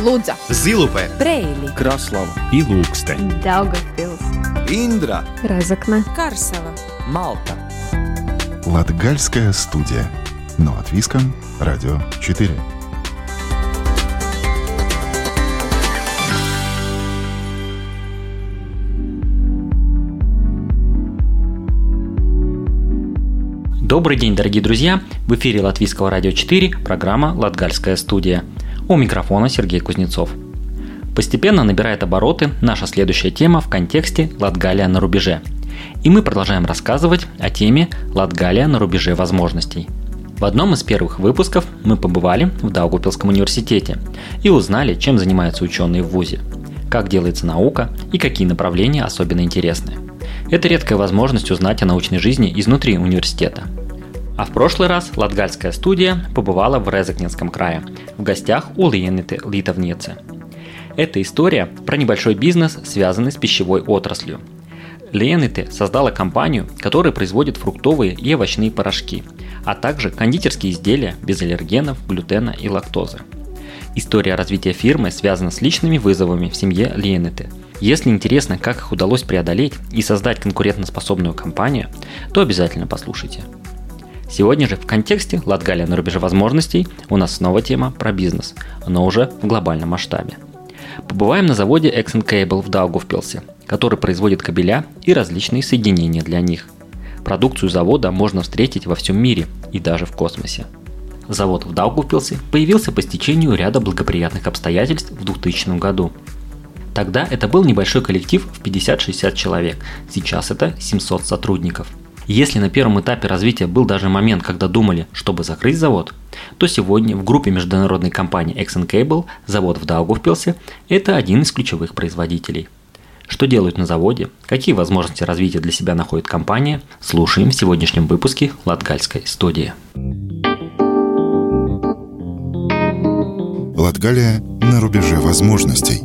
Лудза, Зилупе, Брейли, Краслава и Луксте, Даугавпилс, Индра, Разокне, Карсела, Малта. Латгальская студия. Но от Виском, Радио 4. Добрый день, дорогие друзья! В эфире Латвийского радио 4, программа «Латгальская студия». У микрофона Сергей Кузнецов. Постепенно набирает обороты наша следующая тема в контексте «Латгалия на рубеже». И мы продолжаем рассказывать о теме «Латгалия на рубеже возможностей». В одном из первых выпусков мы побывали в Даугавпилском университете и узнали, чем занимаются ученые в вузе, как делается наука и какие направления особенно интересны. Это редкая возможность узнать о научной жизни изнутри университета. А в прошлый раз Латгальская студия побывала в Резекненском крае, в гостях у Лиениты Литовницы. Это история про небольшой бизнес, связанный с пищевой отраслью. Лиениты создала компанию, которая производит фруктовые и овощные порошки, а также кондитерские изделия без аллергенов, глютена и лактозы. История развития фирмы связана с личными вызовами в семье Лиениты. Если интересно, как их удалось преодолеть и создать конкурентоспособную компанию, то обязательно послушайте. Сегодня же в контексте «Латгалия на рубеже возможностей» у нас снова тема про бизнес, но уже в глобальном масштабе. Побываем на заводе Exxon Cable в Даугавпилсе, который производит кабеля и различные соединения для них. Продукцию завода можно встретить во всем мире и даже в космосе. Завод в Даугавпилсе появился по стечению ряда благоприятных обстоятельств в 2000 году. Тогда это был небольшой коллектив в 50-60 человек, сейчас это 700 сотрудников. Если на первом этапе развития был даже момент, когда думали, чтобы закрыть завод, то сегодня в группе международной компании Exxon Cable завод в Даугавпилсе – это один из ключевых производителей. Что делают на заводе, какие возможности развития для себя находит компания, слушаем в сегодняшнем выпуске Латгальской студии. Латгалия на рубеже возможностей.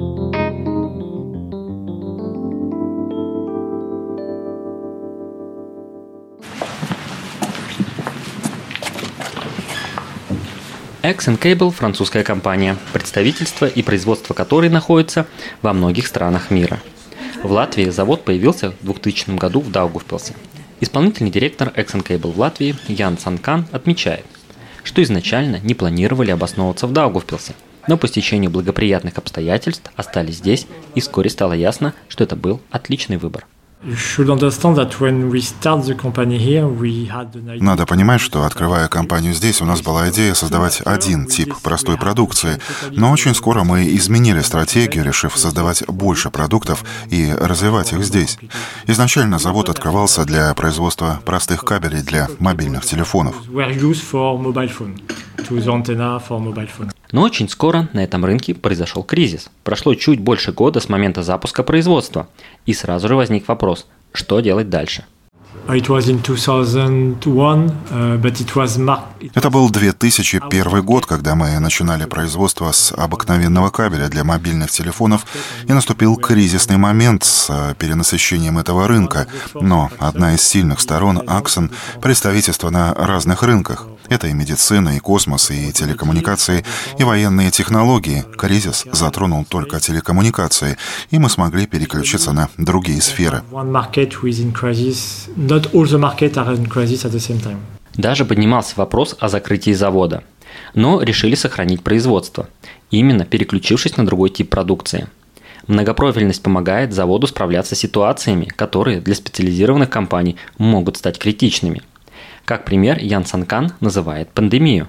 Exxon Cable – французская компания, представительство и производство которой находится во многих странах мира. В Латвии завод появился в 2000 году в Даугавпилсе. Исполнительный директор Exxon Cable в Латвии Ян Санкан отмечает, что изначально не планировали обосновываться в Даугавпилсе, но по стечению благоприятных обстоятельств остались здесь, и вскоре стало ясно, что это был отличный выбор. Надо понимать, что, открывая компанию здесь, у нас была идея создавать один тип простой продукции, но очень скоро мы изменили стратегию, решив создавать больше продуктов и развивать их здесь. Изначально завод открывался для производства простых кабелей для мобильных телефонов. Но очень скоро на этом рынке произошел кризис. Прошло чуть больше года с момента запуска производства, и сразу же возник вопрос, что делать дальше. Это был 2001 год, когда мы начинали производство с обыкновенного кабеля для мобильных телефонов, и наступил кризисный момент с перенасыщением этого рынка. Но одна из сильных сторон Exxon – представительство на разных рынках. Это и медицина, и космос, и телекоммуникации, и военные технологии. Кризис затронул только телекоммуникации, и мы смогли переключиться на другие сферы. Даже поднимался вопрос о закрытии завода. Но решили сохранить производство, именно переключившись на другой тип продукции. Многопрофильность помогает заводу справляться с ситуациями, которые для специализированных компаний могут стать критичными. Как пример, Ян Санкан называет пандемию.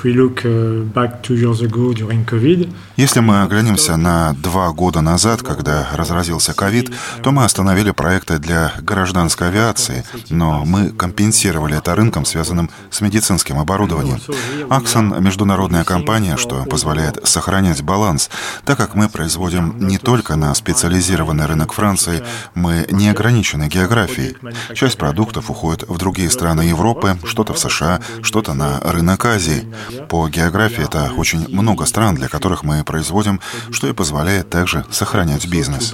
Если мы оглянемся на 2 года назад, когда разразился ковид, то мы остановили проекты для гражданской авиации, но мы компенсировали это рынком, связанным с медицинским оборудованием. Exxon – международная компания, что позволяет сохранять баланс, так как мы производим не только на специализированный рынок Франции, мы не ограничены географией. Часть продуктов уходит в другие страны Европы, что-то в США, что-то на рынок Азии. По географии это очень много стран, для которых мы производим, что и позволяет также сохранять бизнес.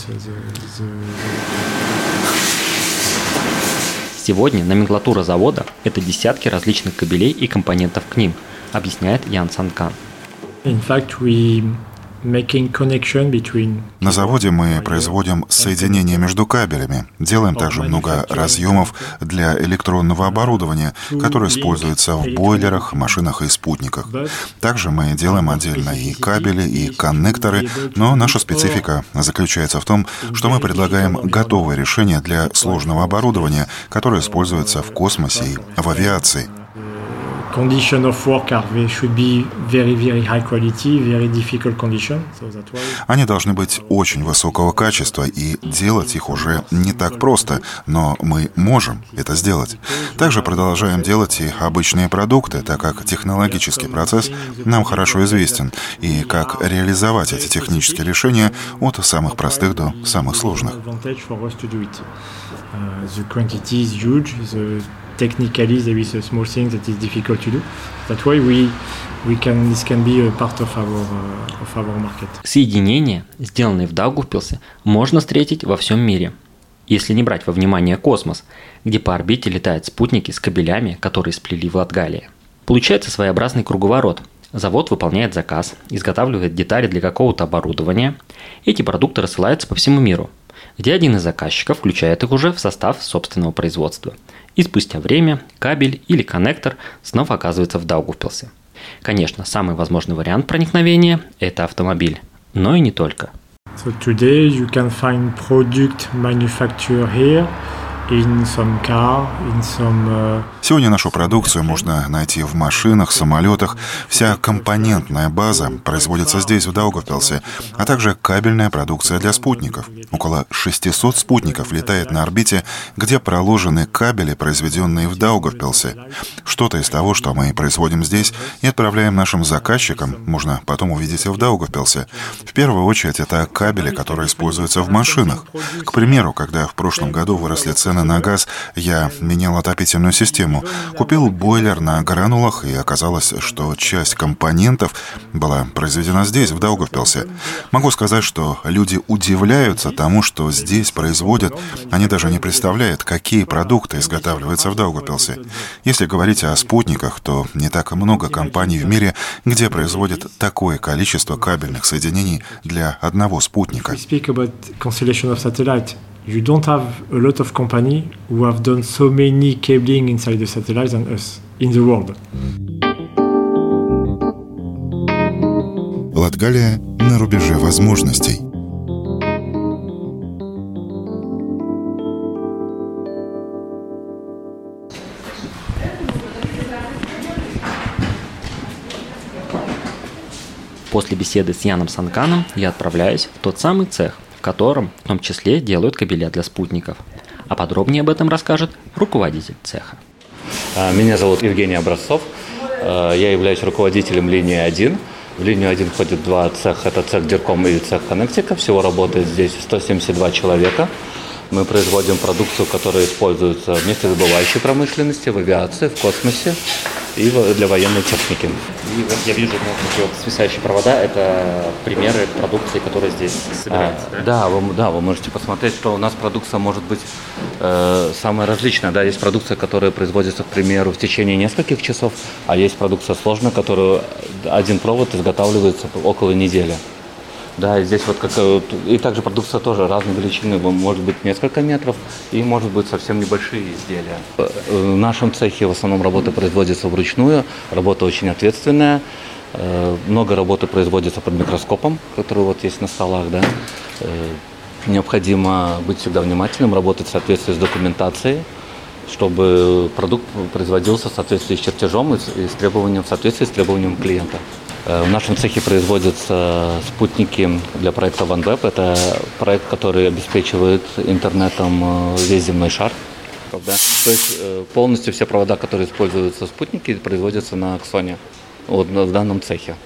Сегодня номенклатура завода – это десятки различных кабелей и компонентов к ним, объясняет Ян Санкан. На заводе мы производим соединения между кабелями, делаем также много разъемов для электронного оборудования, которое используется в бойлерах, машинах и спутниках. Также мы делаем отдельно и кабели, и коннекторы, но наша специфика заключается в том, что мы предлагаем готовые решения для сложного оборудования, которое используется в космосе и в авиации. Conditions of work should be very, very high quality, very difficult conditions. Они должны быть очень высокого качества, и делать их уже не так просто, но мы можем это сделать. Также продолжаем делать и обычные продукты, так как технологический процесс нам хорошо известен, и как реализовать эти технические решения от самых простых до самых сложных. Technically, there is a small thing that is difficult to do. That's why this can be a part of our market. Соединения, сделанные в Даугавпилсе, можно встретить во всем мире. Если не брать во внимание космос, где по орбите летают спутники с кабелями, которые сплели в Латгалии. Получается своеобразный круговорот. Завод выполняет заказ, изготавливает детали для какого-то оборудования. Эти продукты рассылаются по всему миру, где один из заказчиков включает их уже в состав собственного производства. И спустя время кабель или коннектор снова оказывается в Даугавпилсе. Конечно, самый возможный вариант проникновения – это автомобиль, но и не только. So today you can find product manufactured here in some car, in some. Сегодня нашу продукцию можно найти в машинах, самолетах. Вся компонентная база производится здесь, в Даугавпилсе, а также кабельная продукция для спутников. Около 600 спутников летает на орбите, где проложены кабели, произведенные в Даугавпилсе. Что-то из того, что мы производим здесь и отправляем нашим заказчикам, можно потом увидеть и в Даугавпилсе. В первую очередь, это кабели, которые используются в машинах. К примеру, когда в прошлом году выросли цены на газ, я менял отопительную систему. Купил бойлер на гранулах, и оказалось, что часть компонентов была произведена здесь, в Даугавпилсе. Могу сказать, что люди удивляются тому, что здесь производят. Они даже не представляют, какие продукты изготавливаются в Даугавпилсе. Если говорить о спутниках, то не так много компаний в мире, где производят такое количество кабельных соединений для одного спутника. You don't have a lot of companies who have done so many cabling inside the satellites than us in the world. Латгалия на рубеже возможностей. После беседы с Яном Санканом я отправляюсь в тот самый цех, в котором в том числе делают кабеля для спутников. А подробнее об этом расскажет руководитель цеха. Меня зовут Евгений Образцов. Я являюсь руководителем линии 1. В линию 1 входит два цеха. Это цех Дирком и цех Коннектика. Всего работает здесь 172 человека. Мы производим продукцию, которая используется в нефтедобывающей промышленности, в авиации, в космосе и для военной техники. И вот я вижу, вот свисающие провода – это примеры продукции, которая здесь собирается, да? Да, вы можете посмотреть, что у нас продукция может быть самая различная. Да, есть продукция, которая производится, к примеру, в течение нескольких часов, а есть продукция сложная, которую один провод изготавливается около недели. Да, и здесь вот и также продукция тоже разной величины, может быть несколько метров и может быть совсем небольшие изделия. В нашем цехе в основном работа производится вручную, работа очень ответственная, много работы производится под микроскопом, который вот есть на столах, да. Необходимо быть всегда внимательным, работать в соответствии с документацией, чтобы продукт производился в соответствии с чертежом и в соответствии с требованием клиента. В нашем цехе производятся спутники для проекта OneWeb. Это проект, который обеспечивает интернетом весь земной шар. Да? То есть полностью все провода, которые используются в спутнике, производятся на Аксоне, вот, в данном цехе.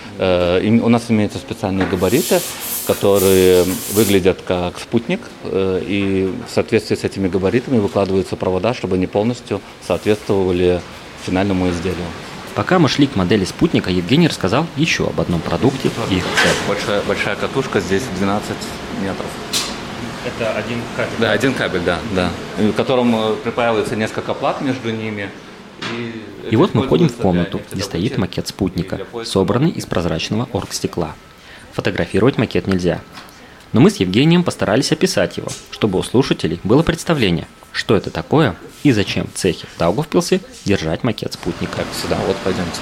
У нас имеются специальные габариты, которые выглядят как спутник, и в соответствии с этими габаритами выкладываются провода, чтобы они полностью соответствовали финальному изделию. Пока мы шли к модели спутника, Евгений рассказал еще об одном продукте. Большая катушка, здесь 12 метров. Это один кабель? Да, один кабель, да. В котором припаивается несколько плат между ними. И вот мы входим в комнату, где стоит макет спутника, собранный из прозрачного оргстекла. Фотографировать макет нельзя. Но мы с Евгением постарались описать его, чтобы у слушателей было представление, что это такое и зачем в цехе в Даугавпилсе держать макет спутника. Так, сюда, вот пойдемте.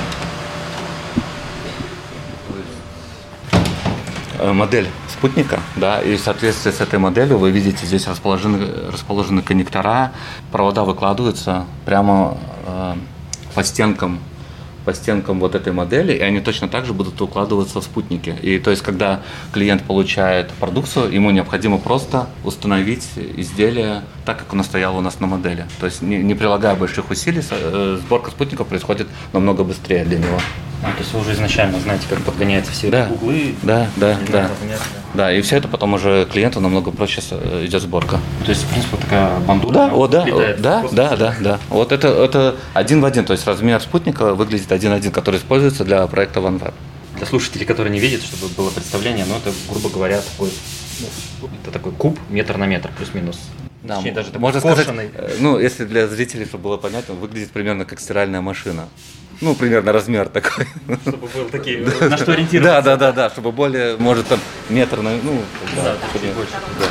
Модель спутника, да, и в соответствии с этой моделью вы видите, здесь расположены коннектора, провода выкладываются прямо по стенкам вот этой модели, и они точно так же будут укладываться в спутники. И то есть, когда клиент получает продукцию, ему необходимо просто установить изделие так, как оно стояло у нас на модели. То есть, не прилагая больших усилий, сборка спутников происходит намного быстрее для него. То есть вы уже изначально знаете, как подгоняются все углы? Да, и все это потом уже клиенту намного проще идет сборка. То есть, в принципе, такая бандура. Да. Вот это один в один, то есть размер спутника выглядит один-один, который используется для проекта OneWeb. Для слушателей, которые не видят, чтобы было представление, это, грубо говоря, такой куб метр на метр, плюс-минус. Да, даже можно сказать, если для зрителей, чтобы было понятно, он выглядит примерно как стиральная машина. Примерно размер такой. Чтобы был такие, на что ориентироваться. Да, чтобы более, может, там, метр на... чуть больше. Да.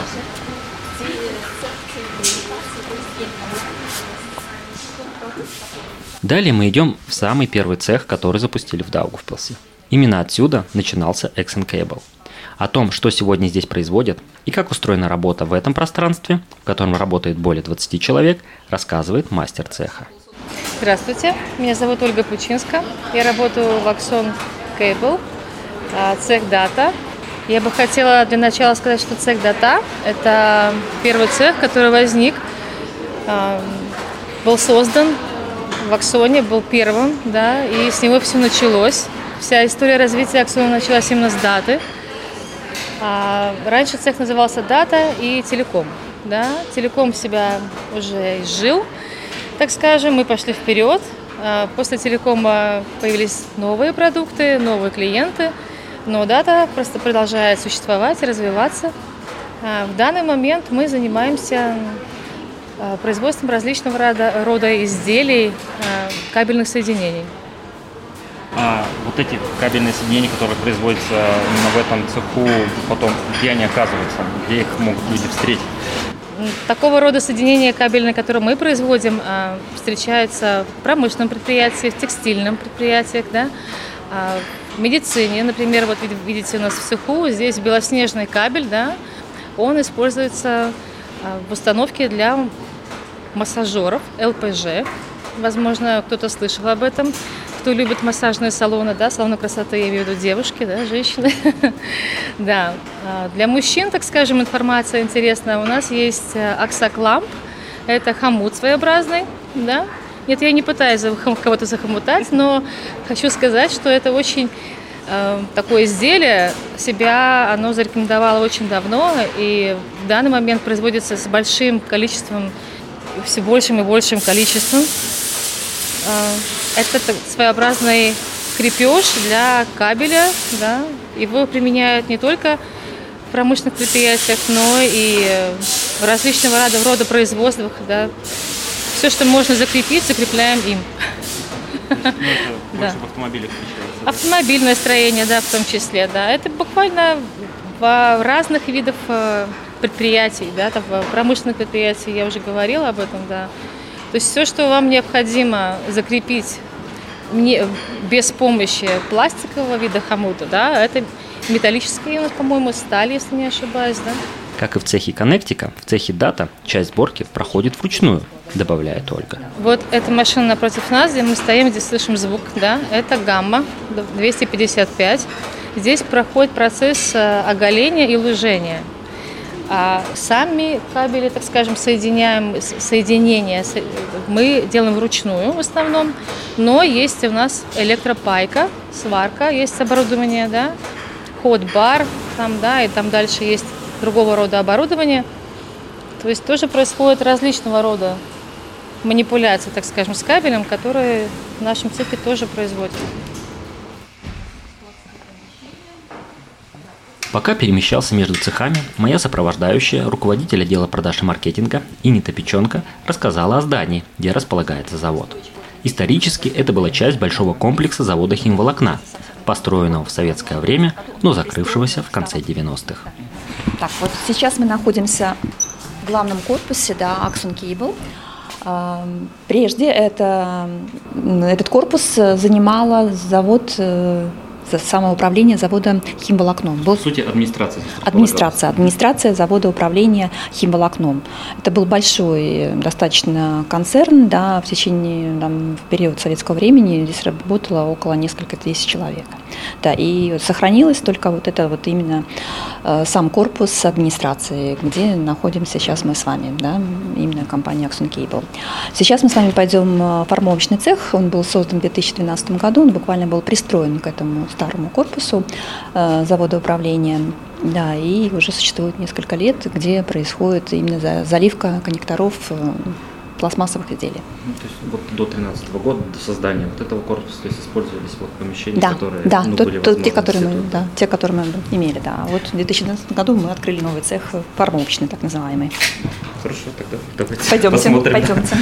Далее мы идем в самый первый цех, который запустили в Даугавпилсе. Именно отсюда начинался Exxon Cable. О том, что сегодня здесь производят и как устроена работа в этом пространстве, в котором работает более 20 человек, рассказывает мастер цеха. Здравствуйте, меня зовут Ольга Пучинска, я работаю в Exxon Cable, цех Data. Я бы хотела для начала сказать, что цех Data – это первый цех, который возник, был создан в Аксоне, был первым, да, и с него все началось. Вся история развития Аксона началась именно с Даты. Раньше цех назывался Data и Телеком. Да. Телеком себя уже изжил. Так скажем, мы пошли вперед. После Телекома появились новые продукты, новые клиенты, но Data просто продолжает существовать и развиваться. В данный момент мы занимаемся производством различного рода изделий, кабельных соединений. Вот эти кабельные соединения, которые производятся именно в этом цеху, потом где они оказываются, где их могут люди встретить? Такого рода соединения кабельные, которые мы производим, встречаются в промышленном предприятии, в текстильном предприятиях, да? В медицине, например, вот видите у нас в цеху, здесь белоснежный кабель, да? Он используется в установке для массажеров, ЛПЖ. Возможно, кто-то слышал об этом. Кто любит массажные салоны, да, салоны красоты, я имею в виду девушки, да, женщины. Да. Для мужчин, так скажем, информация интересная. У нас есть аксакламп, это хомут своеобразный, да. Нет, я не пытаюсь кого-то захомутать, но хочу сказать, что это очень такое изделие, оно зарекомендовало очень давно, и в данный момент производится с большим количеством, все большим и большим количеством. Это своеобразный крепеж для кабеля, да. Его применяют не только в промышленных предприятиях, но и в различного рода производствах, да. Все, что можно закрепить, закрепляем им. Это больше в автомобилях встречается? Автомобильное строение, да, в том числе, да. Это буквально в разных видах предприятий, да, там, в промышленных предприятиях, я уже говорила об этом, да. То есть все, что вам необходимо закрепить без помощи пластикового вида хомута, да, это металлические, по-моему, сталь, если не ошибаюсь, да. Как и в цехе Коннектика, в цехе Data часть сборки проходит вручную, добавляет Ольга. Вот эта машина напротив нас, где мы стоим, здесь слышим звук, да, это гамма 255. Здесь проходит процесс оголения и лужения. А сами кабели, так скажем, соединения мы делаем вручную в основном, но есть у нас электропайка, сварка, есть оборудование, да, хот-бар, там, да, и там дальше есть другого рода оборудование. То есть тоже происходит различного рода манипуляции, так скажем, с кабелем, которые в нашем цехе тоже производят. Пока перемещался между цехами, моя сопровождающая, руководитель отдела продаж и маркетинга Инита Печенко, рассказала о здании, где располагается завод. Исторически это была часть большого комплекса завода химволокна, построенного в советское время, но закрывшегося в конце 90-х. Так, вот сейчас мы находимся в главном корпусе, да, Akzo Cable. Прежде этот корпус занимала завод, самоуправление завода химволокном. По сути, администрация. Администрация завода управления химволокном. Это был большой достаточно концерн, да, в период советского времени здесь работало около нескольких тысяч человек. Да, и сохранилось только вот это вот именно сам корпус администрации, где находимся сейчас мы с вами, да, именно компания Akzo Cable. Сейчас мы с вами пойдем в формовочный цех, он был создан в 2012 году, он буквально был пристроен к этому старому корпусу завода управления, да, и уже существует несколько лет, где происходит именно заливка коннекторов пластмассовых изделий. То есть вот до 2013 года, до создания вот этого корпуса, то есть использовались вот помещения, да, которые были возможны. Те, которые мы имели, да. Вот в 2012 году мы открыли новый цех формовочный, так называемый. Хорошо, тогда давайте посмотрим. Пойдемте.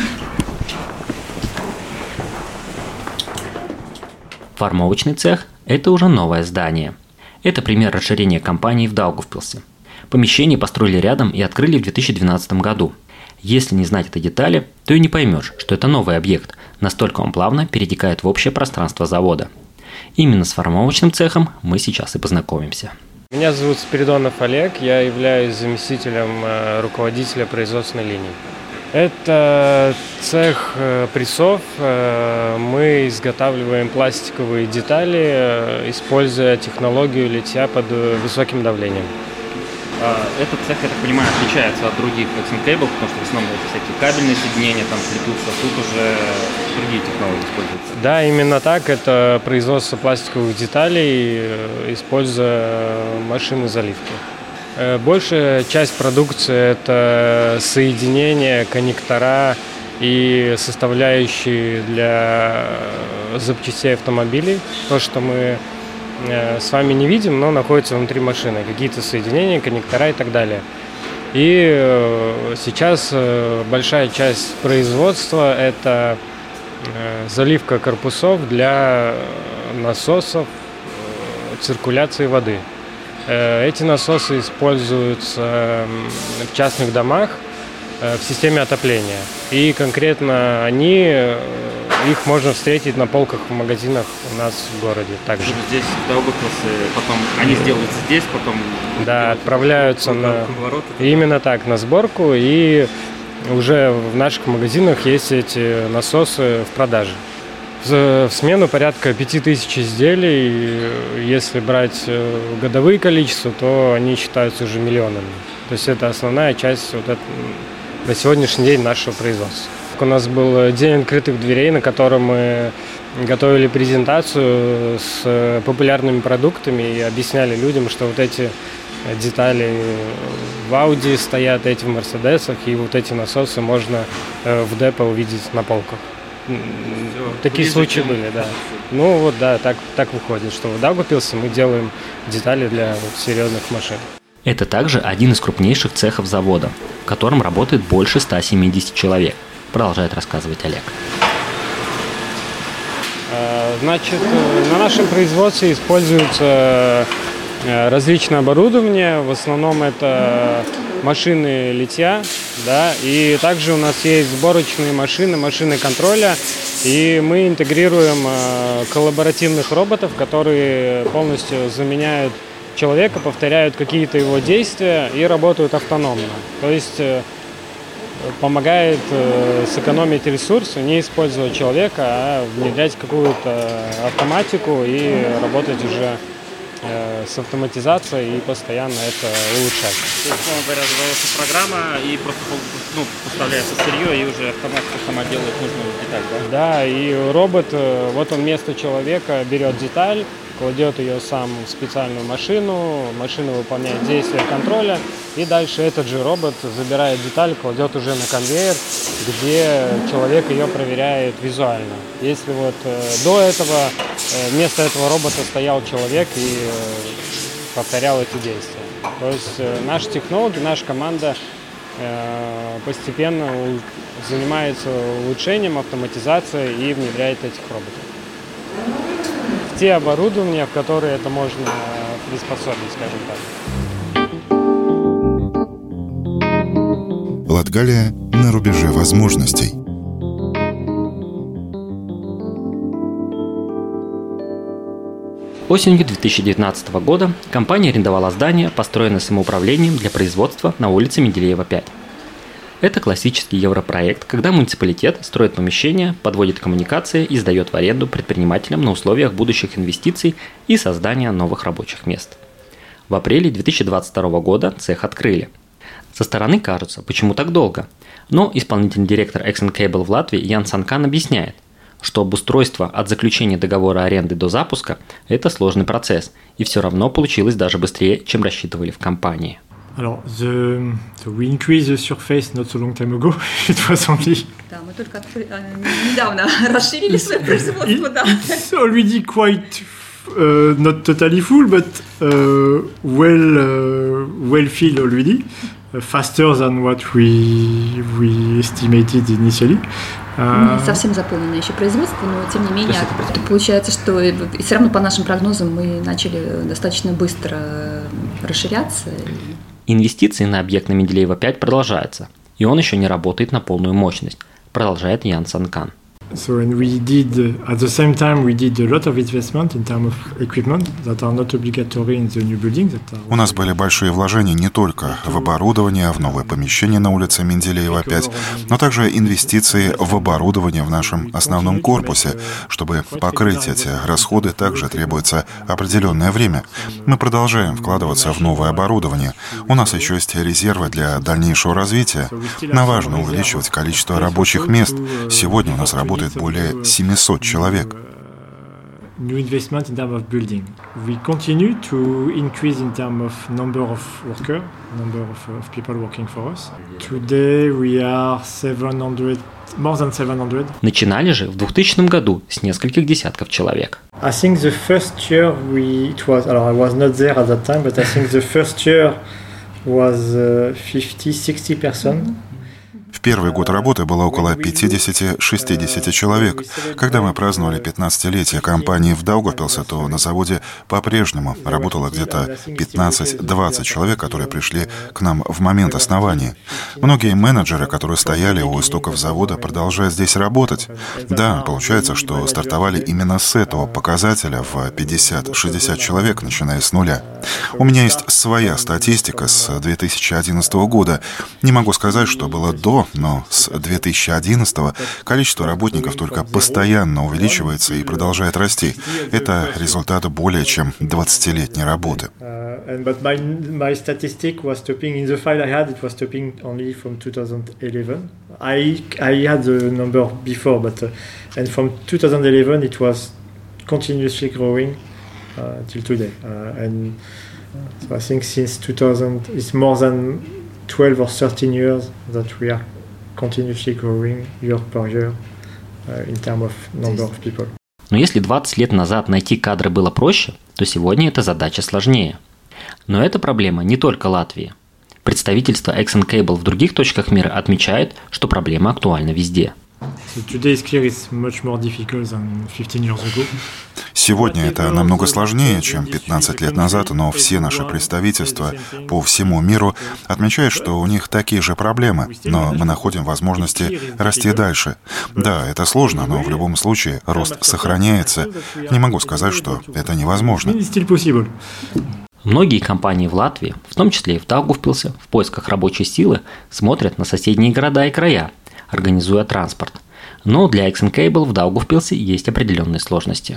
Формовочный цех – это уже новое здание. Это пример расширения компании в Даугавпилсе. Помещение построили рядом и открыли в 2012 году. Если не знать этой детали, то и не поймешь, что это новый объект, настолько он плавно перетекает в общее пространство завода. Именно с формовочным цехом мы сейчас и познакомимся. Меня зовут Спиридонов Олег, я являюсь заместителем руководителя производственной линии. Это цех прессов. Мы изготавливаем пластиковые детали, используя технологию литья под высоким давлением. Этот цех, я так понимаю, отличается от других Akzo Cable, потому что в основном это всякие кабельные соединения там плетутся, тут уже другие технологии используются. Да, именно так. Это производство пластиковых деталей, используя машины заливки. Большая часть продукции – это соединения, коннектора и составляющие для запчастей автомобилей. То, что мы с вами не видим, но находится внутри машины. Какие-то соединения, коннектора и так далее. И сейчас большая часть производства – это заливка корпусов для насосов циркуляции воды. Эти насосы используются в частных домах в системе отопления. И конкретно их можно встретить на полках в магазинах у нас в городе также. Здесь в Даугавпилсе, потом они сделаются здесь, потом отправляются именно так на сборку, и уже в наших магазинах есть эти насосы в продаже. В смену порядка 5000 изделий. Если брать годовые количества, то они считаются уже миллионами. То есть это основная часть на сегодняшний день нашего производства. У нас был день открытых дверей, на котором мы готовили презентацию с популярными продуктами и объясняли людям, что вот эти детали в Audi стоят, эти в Мерседесах, и вот эти насосы можно в депо увидеть на полках. Такие случаи были, да. Ну вот, да, так выходит, что в Даугавпилсе мы делаем детали для серьезных машин. Это также один из крупнейших цехов завода, в котором работает больше 170 человек, продолжает рассказывать Олег. Значит, на нашем производстве используется различное оборудование, в основном это машины литья, да, и также у нас есть сборочные машины контроля, и мы интегрируем коллаборативных роботов, которые полностью заменяют человека, повторяют какие-то его действия и работают автономно. То есть помогает сэкономить ресурсы, не использовать человека, а внедрять какую-то автоматику и работать уже с автоматизацией и постоянно это улучшать. То есть, условно говоря, задается программа и просто поставляется сырье, и уже автоматика сама делает нужную деталь, да? Да, и робот, вот он вместо человека берет деталь, кладет ее сам в специальную машину, машина выполняет действия контроля, и дальше этот же робот забирает деталь, кладет уже на конвейер, где человек ее проверяет визуально. Если вот до этого вместо этого робота стоял человек и повторял эти действия. То есть наши технологи, наша команда постепенно занимается улучшением, автоматизацией и внедряет этих роботов. Те оборудования, в которые это можно приспособить, скажем так. Латгалия на рубеже возможностей. Осенью 2019 года компания арендовала здание, построенное самоуправлением для производства на улице Менделеева, 5. Это классический европроект, когда муниципалитет строит помещения, подводит коммуникации и сдает в аренду предпринимателям на условиях будущих инвестиций и создания новых рабочих мест. В апреле 2022 года цех открыли. Со стороны кажется, почему так долго? Но исполнительный директор Exxon Cable в Латвии Ян Санкан объясняет, что обустройство от заключения договора аренды до запуска – это сложный процесс, и все равно получилось даже быстрее, чем рассчитывали в компании. So we increased the surface not so long time ago. It was only. Да, мы только недавно расширили свое производство, да. It's already quite not totally full, but well filled already, faster than what we estimated initially. Не совсем заполнено еще производство, но тем не менее получается, что все равно по нашим прогнозам мы начали достаточно быстро расширяться. Инвестиции на объект на Менделеева 5 продолжаются, и он еще не работает на полную мощность, продолжает Ян Санкан. So and we did at the same time we did a lot of investment in terms of equipment that are not obligatory in the new building. У нас были большие вложения не только в оборудование, в новое помещение на улице Менделеева 5, но также инвестиции в оборудование в нашем основном корпусе. Чтобы покрыть эти расходы, также требуется определенное время. Мы продолжаем вкладываться в новое оборудование. У нас еще есть резервы для дальнейшего развития. Нам важно увеличивать количество рабочих мест. Сегодня у нас работает более 700 человек. New investment in terms of building. We continue to increase in terms of number of workers, number of people working for us. Today we are 700, more than 700. Начинали же в 2000 году с нескольких десятков человек. I think the first year it was, I was not there at that time, but I think the first year was 50-60 person. В первый год работы было около 50-60 человек. Когда мы праздновали 15-летие компании в Даугавпилсе, то на заводе по-прежнему работало где-то 15-20 человек, которые пришли к нам в момент основания. Многие менеджеры, которые стояли у истоков завода, продолжают здесь работать. Да, получается, что стартовали именно с этого показателя в 50-60 человек, начиная с нуля. У меня есть своя статистика с 2011 года. Не могу сказать, что было до, но с 2011 количество работников только постоянно увеличивается и продолжает расти. Это результат более чем 20-летней работы. But my statistic was stopping in the file I had. It was stopping only from 2011. I had the number before, but and from 2011 it was continuously growing till today. And so I think since 2000, it's more than 12 or 13 years that we are continuously growing year per year in terms of number of people. Но если 20 лет назад найти кадры было проще, то сегодня эта задача сложнее. Но эта проблема не только Латвии. Представительство Exxon Cable в других точках мира отмечает, что проблема актуальна везде. Сегодня это намного сложнее, чем 15 лет назад, но все наши представительства по всему миру отмечают, что у них такие же проблемы, но мы находим возможности расти дальше. Да, это сложно, но в любом случае рост сохраняется. Не могу сказать, что это невозможно. Многие компании в Латвии, в том числе и в Даугавпилсе, в поисках рабочей силы смотрят на соседние города и края, организуя транспорт. Но для Exxon Cable в Даугавпилсе есть определенные сложности.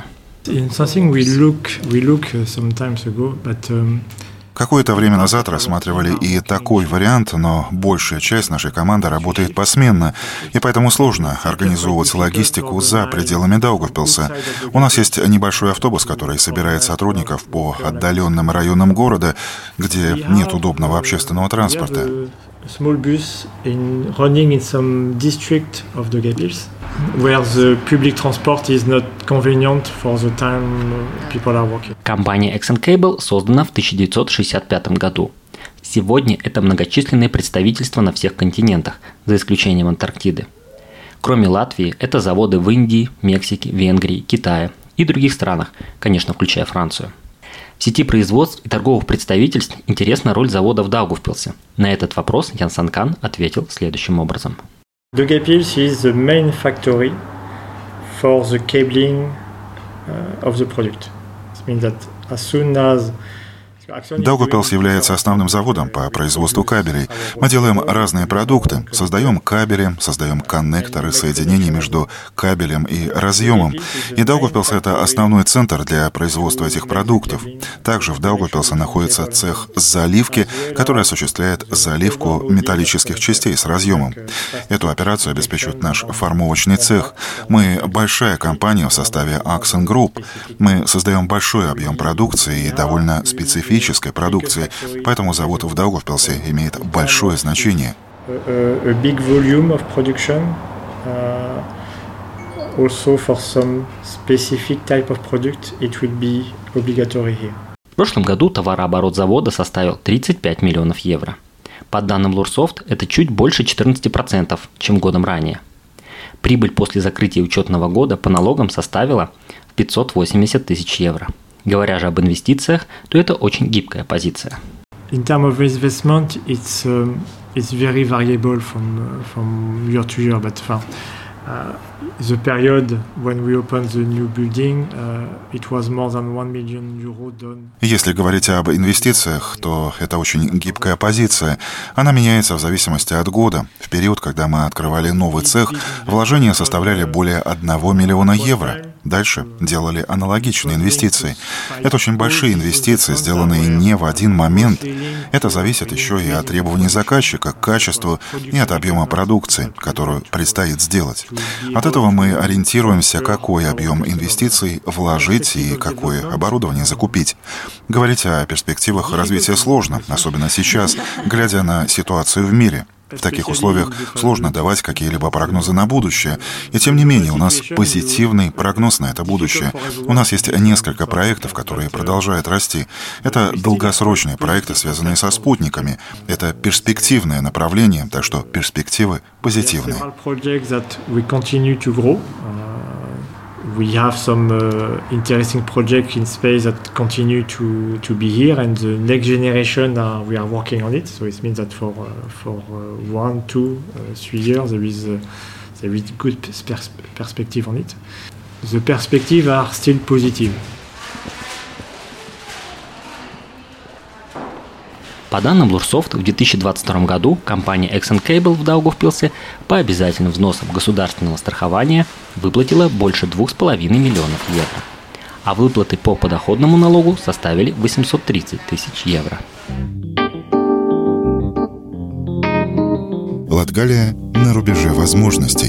Какое-то время назад рассматривали и такой вариант, но большая часть нашей команды работает посменно, и поэтому сложно организовывать логистику за пределами Даугавпилса. У нас есть небольшой автобус, который собирает сотрудников по отдаленным районам города, где нет удобного общественного транспорта. Small bus running in some district of the Gapils, where the public transport is not convenient for the time people are working. Компания Exxon Cable создана в 1965 году. Сегодня это многочисленные представительства на всех континентах, за исключением Антарктиды. Кроме Латвии, это заводы в Индии, Мексике, Венгрии, Китае и других странах, конечно, включая Францию. В сети производств и торговых представительств интересна роль завода в Даугавпилсе. На этот вопрос Ян Санкан ответил следующим образом. Daugavpils is the main factory for the cabling of the product. It means that as soon as Даугавпилс является основным заводом по производству кабелей. Мы делаем разные продукты, создаем кабели, создаем коннекторы соединений между кабелем и разъемом. И Даугавпилс — это основной центр для производства этих продуктов. Также в Даугавпилсе находится цех заливки, который осуществляет заливку металлических частей с разъемом. Эту операцию обеспечивает наш формовочный цех. Мы большая компания в составе Axon Group. Мы создаем большой объем продукции и довольно специфической продукции, поэтому завод в Даугавпилсе имеет большое значение. Big volume of production, also for some specific type of product, it will be obligatory here. В прошлом году товарооборот завода составил 35 миллионов евро. По данным Lursoft, это чуть больше 14%, чем годом ранее. Прибыль после закрытия учетного года по налогам составила 580 тысяч евро. Говоря же об инвестициях, то это очень гибкая позиция. In terms of investment, it's very variable from year to year. But the period when we opened the new building, it was more than 1 million euro done. Если говорить об инвестициях, то это очень гибкая позиция. Она меняется в зависимости от года. В период, когда мы открывали новый цех, вложения составляли более 1 миллиона евро. Дальше делали аналогичные инвестиции. Это очень большие инвестиции, сделанные не в один момент. Это зависит еще и от требований заказчика к качеству и от объема продукции, которую предстоит сделать. От этого мы ориентируемся, какой объем инвестиций вложить и какое оборудование закупить. Говорить о перспективах развития сложно, особенно сейчас, глядя на ситуацию в мире. В таких условиях сложно давать какие-либо прогнозы на будущее. И тем не менее, у нас позитивный прогноз на это будущее. У нас есть несколько проектов, которые продолжают расти. Это долгосрочные проекты, связанные со спутниками. Это перспективное направление, так что перспективы позитивные. We have some interesting projects in space that continue to be here, and the next generation we are working on it. So it means that for 1, 2, 3 years there is good perspective on it. The perspectives are still positive. По данным Lursoft, в 2022 году компания Axon Cable в Даугавпилсе по обязательным взносам государственного страхования выплатила больше 2,5 миллионов евро, а выплаты по подоходному налогу составили 830 тысяч евро. Латгалия на рубеже возможностей.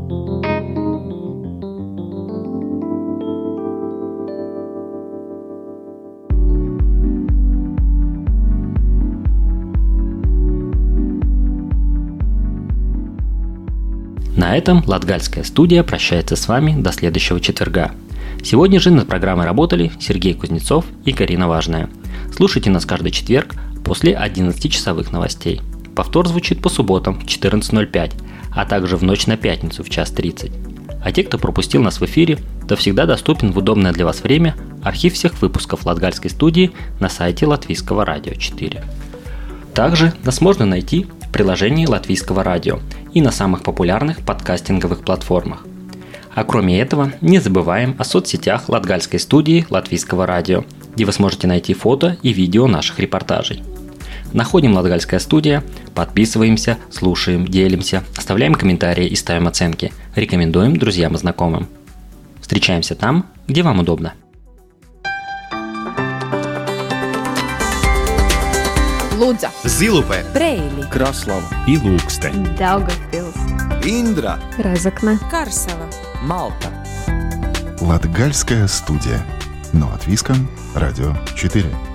На этом Латгальская студия прощается с вами до следующего четверга. Сегодня же над программой работали Сергей Кузнецов и Карина Важная. Слушайте нас каждый четверг после 11-часовых новостей. Повтор звучит по субботам в 14:05, а также в ночь на пятницу в 1:30. А те, кто пропустил нас в эфире, то всегда доступен в удобное для вас время архив всех выпусков Латгальской студии на сайте Латвийского радио 4. Также нас можно найти в приложении Латвийского радио и на самых популярных подкастинговых платформах. А кроме этого, не забываем о соцсетях Латгальской студии Латвийского радио, где вы сможете найти фото и видео наших репортажей. Находим Латгальская студия, подписываемся, слушаем, делимся, оставляем комментарии и ставим оценки, рекомендуем друзьям и знакомым. Встречаемся там, где вам удобно. Лудза, Зилупе, Брейли, Краслава и Лукстен, Даугавпилс, Индра, Разокна, Карсова, Малта. Латгальская студия. На Латвийском радио 4.